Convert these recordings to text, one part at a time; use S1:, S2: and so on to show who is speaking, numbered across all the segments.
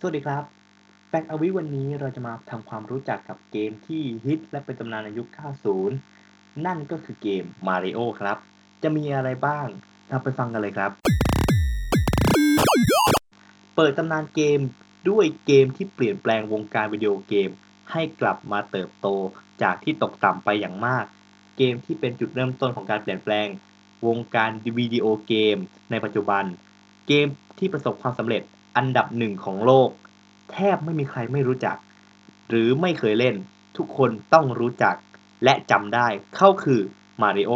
S1: วัสดีครับแ a ็กอวิวันนี้เราจะมาทำความรู้จักกับเกมที่ฮิตและเป็นตำนานในยุค 90 นั่นก็คือเกม Mario ครับ จะมีอะไรบ้าง เราไปฟังกันเลยครับ เปิดตำนานเกมด้วยเกมที่เปลี่ยนแปลงวงการวิดีโอเกมให้กลับมาเติบโตจากที่ตกต่ำไปอย่างมาก เกมที่เป็นจุดเริ่มต้นของการเปลี่ยนแปลงวงการวิดีโอเกมในปัจจุบัน เกมที่ประสบความสำเร็จอันดับหนึ่งของโลกแทบไม่มีใครไม่รู้จักหรือไม่เคยเล่นทุกคนต้องรู้จักและจำได้เขาคือ Mario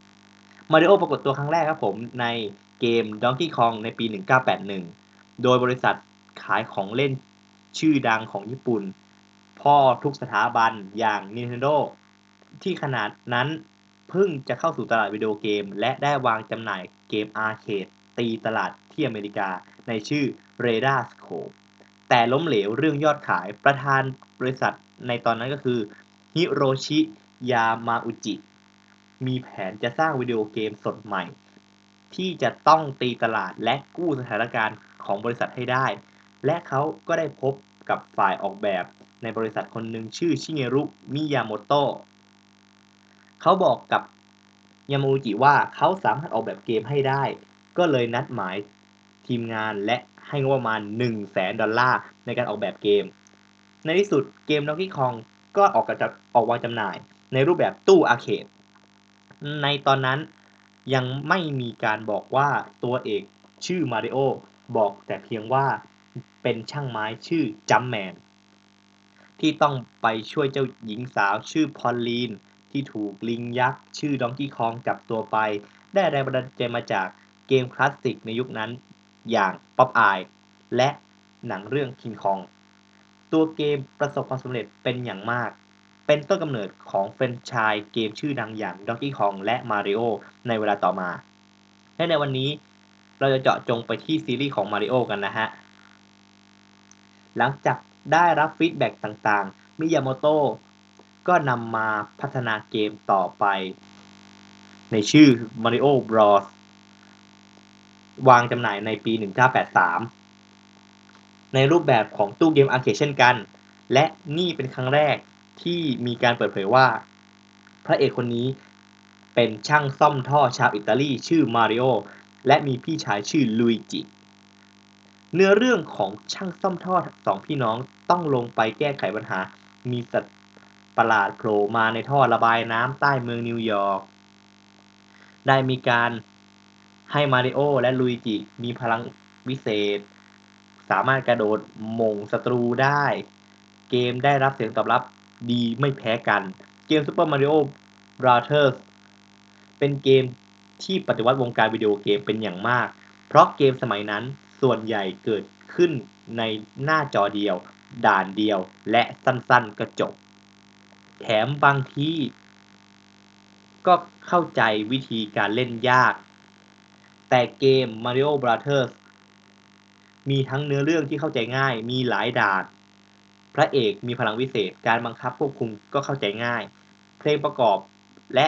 S1: Mario ปรากฏตัวครั้งแรกครับผมในเกม Donkey Kong ในปี 1981 โดยบริษัทขายของเล่นชื่อดังของญี่ปุ่นพ่อทุกสถาบันอย่าง Nintendo ที่ขนาดนั้นเพิ่งจะเข้าสู่ตลาดวิดีโอเกมและได้วางจำหน่ายเกมอาร์เคดตีตลาดที่อเมริกาในชื่อ Radar Scope แต่ล้มเหลวเรื่องยอดขายประธานบริษัทในตอนนั้นก็คือฮิโรชิยามาอุจิมีแผนจะสร้างวิดีโอเกมสดใหม่ที่จะต้องตีตลาดและกู้สถานการณ์ของบริษัทให้ได้และเขาก็ได้พบกับฝ่ายออกแบบในบริษัทคนหนึ่งชื่อชิเงรุมิยาโมโตะเขาบอกกับยามาอุจิว่าเขาสามารถออกแบบเกมให้ได้ก็เลยนัดหมายทีมงานและให้งบประมาณ$100,000ในการออกแบบเกมในที่สุดเกม Donkey Kong ก็ออกวางจำหน่ายในรูปแบบตู้อาร์เคดในตอนนั้นยังไม่มีการบอกว่าตัวเอกชื่อมาริโอบอกแต่เพียงว่าเป็นช่างไม้ชื่อจัมป์แมนที่ต้องไปช่วยเจ้าหญิงสาวชื่อพอลลีนที่ถูกลิงยักษ์ชื่อดองกี้คองจับตัวไปได้แรงบันดาลใจมาจากเกมคลาสสิกในยุคนั้นอย่างป๊อปอายและหนังเรื่องคิงคองตัวเกมประสบความสำเร็จเป็นอย่างมากเป็นต้นกำเนิดของแฟรนไชส์เกมชื่อดังอย่าง Donkey Kong และ Mario ในเวลาต่อมาและในวันนี้เราจะเจาะจงไปที่ซีรีส์ของ Mario กันนะฮะหลังจากได้รับฟีดแบ็กต่างๆมิยาโมโตะก็นำมาพัฒนาเกมต่อไปในชื่อ Mario Bros วางจำหน่ายในปี 1983 ในรูปแบบของตู้เกมอาร์เคดเช่นกันและนี่เป็นครั้งแรกที่มีการเปิดเผยว่าพระเอกคนนี้เป็นช่างซ่อมท่อชาวอิตาลีชื่อมาริโอและมีพี่ชายชื่อลุยจิเนื้อเรื่องของช่างซ่อมท่อสองพี่น้องต้องลงไปแก้ไขปัญหามีสัตว์ประหลาดโผล่มาในท่อระบายน้ำใต้เมืองนิวยอร์กได้มีการให้มาริโอและลุยจิมีพลังวิเศษสามารถกระโดดหม่งศัตรูได้เกมได้รับเสียงตอบรับดีไม่แพ้กันเกม Super Mario Brothers เป็นเกมที่ปฏิวัติวงการวิดีโอเกมเป็นอย่างมากเพราะเกมสมัยนั้นส่วนใหญ่เกิดขึ้นในหน้าจอเดียวด่านเดียวและสั้นๆก็จบแถมบางที่ก็เข้าใจวิธีการเล่นยากแต่เกม Mario Brothers มีทั้งเนื้อเรื่องที่เข้าใจง่ายมีหลายด่านพระเอกมีพลังวิเศษการบังคับควบคุมก็เข้าใจง่ายเพลงประกอบและ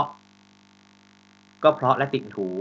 S1: เพราะและติดหู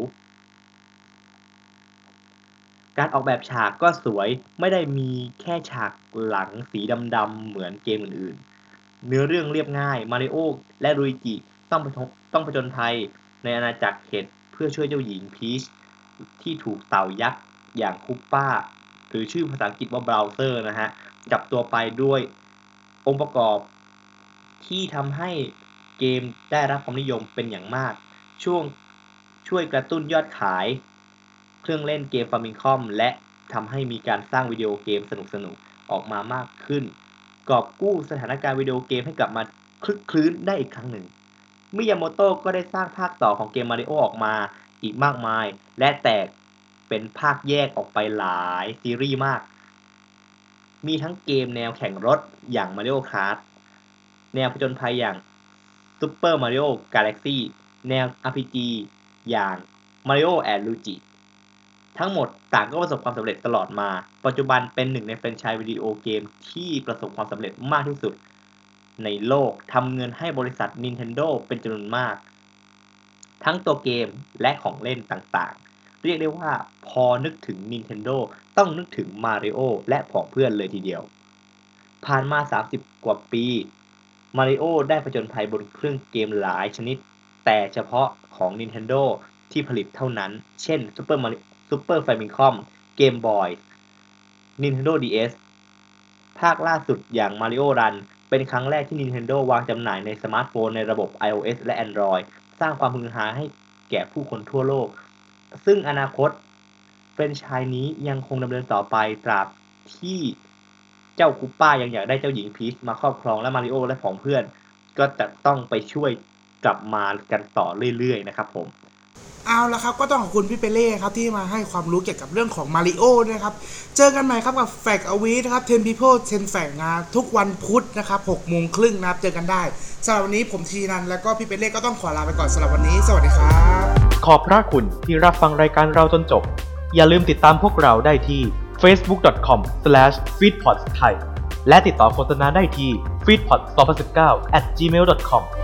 S1: การออกแบบฉากก็สวยไม่ได้มีแค่ฉากหลังสีดำๆเหมือนเกมอื่นๆเนื้อเรื่องเรียบง่ายมาริโอและลุยจิต้องผจญภัยในอาณาจักรเขตเพื่อช่วยเจ้าหญิงพีชที่ถูกเต่ายักษ์อย่างคุปป้าหรือชื่อภาษาอังกฤษว่าบราวเซอร์นะฮะจับตัวไปด้วยองค์ประกอบที่ทำให้เกมได้รับความนิยมเป็นอย่างมากช่วงช่วยกระตุ้นยอดขายเครื่องเล่นเกม Famicom และทำให้มีการสร้างวิดีโอเกมสนุกๆออกมามากขึ้นกอบกู้สถานการณ์วิดีโอเกมให้กลับมาคลึกคลื้นได้อีกครั้งหนึ่งมิยาโมโตะก็ได้สร้างภาคต่อของเกม Mario ออกมาอีกมากมายและแตกเป็นภาคแยกออกไปหลายซีรีส์มากมีทั้งเกมแนวแข่งรถอย่าง Mario Kart แนวผจญภัยอย่าง Super Mario Galaxy แนว RPG อย่าง Mario and Luigi ทั้งหมดต่างก็ประสบความสำเร็จตลอดมาปัจจุบันเป็นหนึ่งในแฟรนไชส์วิดีโอเกมที่ประสบความสำเร็จมากที่สุดในโลกทำเงินให้บริษัท Nintendo เป็นจำนวนมากทั้งตัวเกมและของเล่นต่างเรียกได้ว่าพอนึกถึง Nintendo ต้องนึกถึง Mario และผองเพื่อนเลยทีเดียว ผ่านมา 30 กว่าปี Mario ได้ผจญภัยบนเครื่องเกมหลายชนิด แต่เฉพาะของ Nintendo ที่ผลิตเท่านั้น เช่น Super Famicom Game Boy Nintendo DS ภาคล่าสุดอย่าง Mario Run เป็นครั้งแรกที่ Nintendo วางจำหน่ายในสมาร์ทโฟนในระบบ iOS และ Android สร้างความฮือฮาให้แก่ผู้คนทั่วโลก ซึ่งอนาคตแฟรนไชส์นี้ยังคงดำเนินต่อไปตราบที่เจ้าคุปป้ายังอยากได้เจ้าหญิงพีชมาครอบครองและมาริโอและผองเพื่อนก็จะต้องไปช่วยกลับมากันต่อเรื่อยๆนะครับผม
S2: เอาละครับก็ต้องขอบคุณพี่เปเล่ครับที่มาให้ความรู้เกี่ยวกับเรื่องของมาริโอนะครับเจอกันใหม่ครับกับแฟกต์อวีนะครับ10 people 10 fact นะทุกวันพุธนะครับ18:30นะครับเจอกันได้สำหรับวันนี้ผมทีนันแล้วก็พี่เปเล่ก็ต้องขอลาไปก่อนสำหรับวันนี้สวัสดีครับ
S3: ขอบพระคุณที่รับฟังรายการเราจนจบอย่าลืมติดตามพวกเราได้ที่ facebook.com/feedpodsthai และติดต่อโฆษณาได้ที่ feedpods2019@gmail.com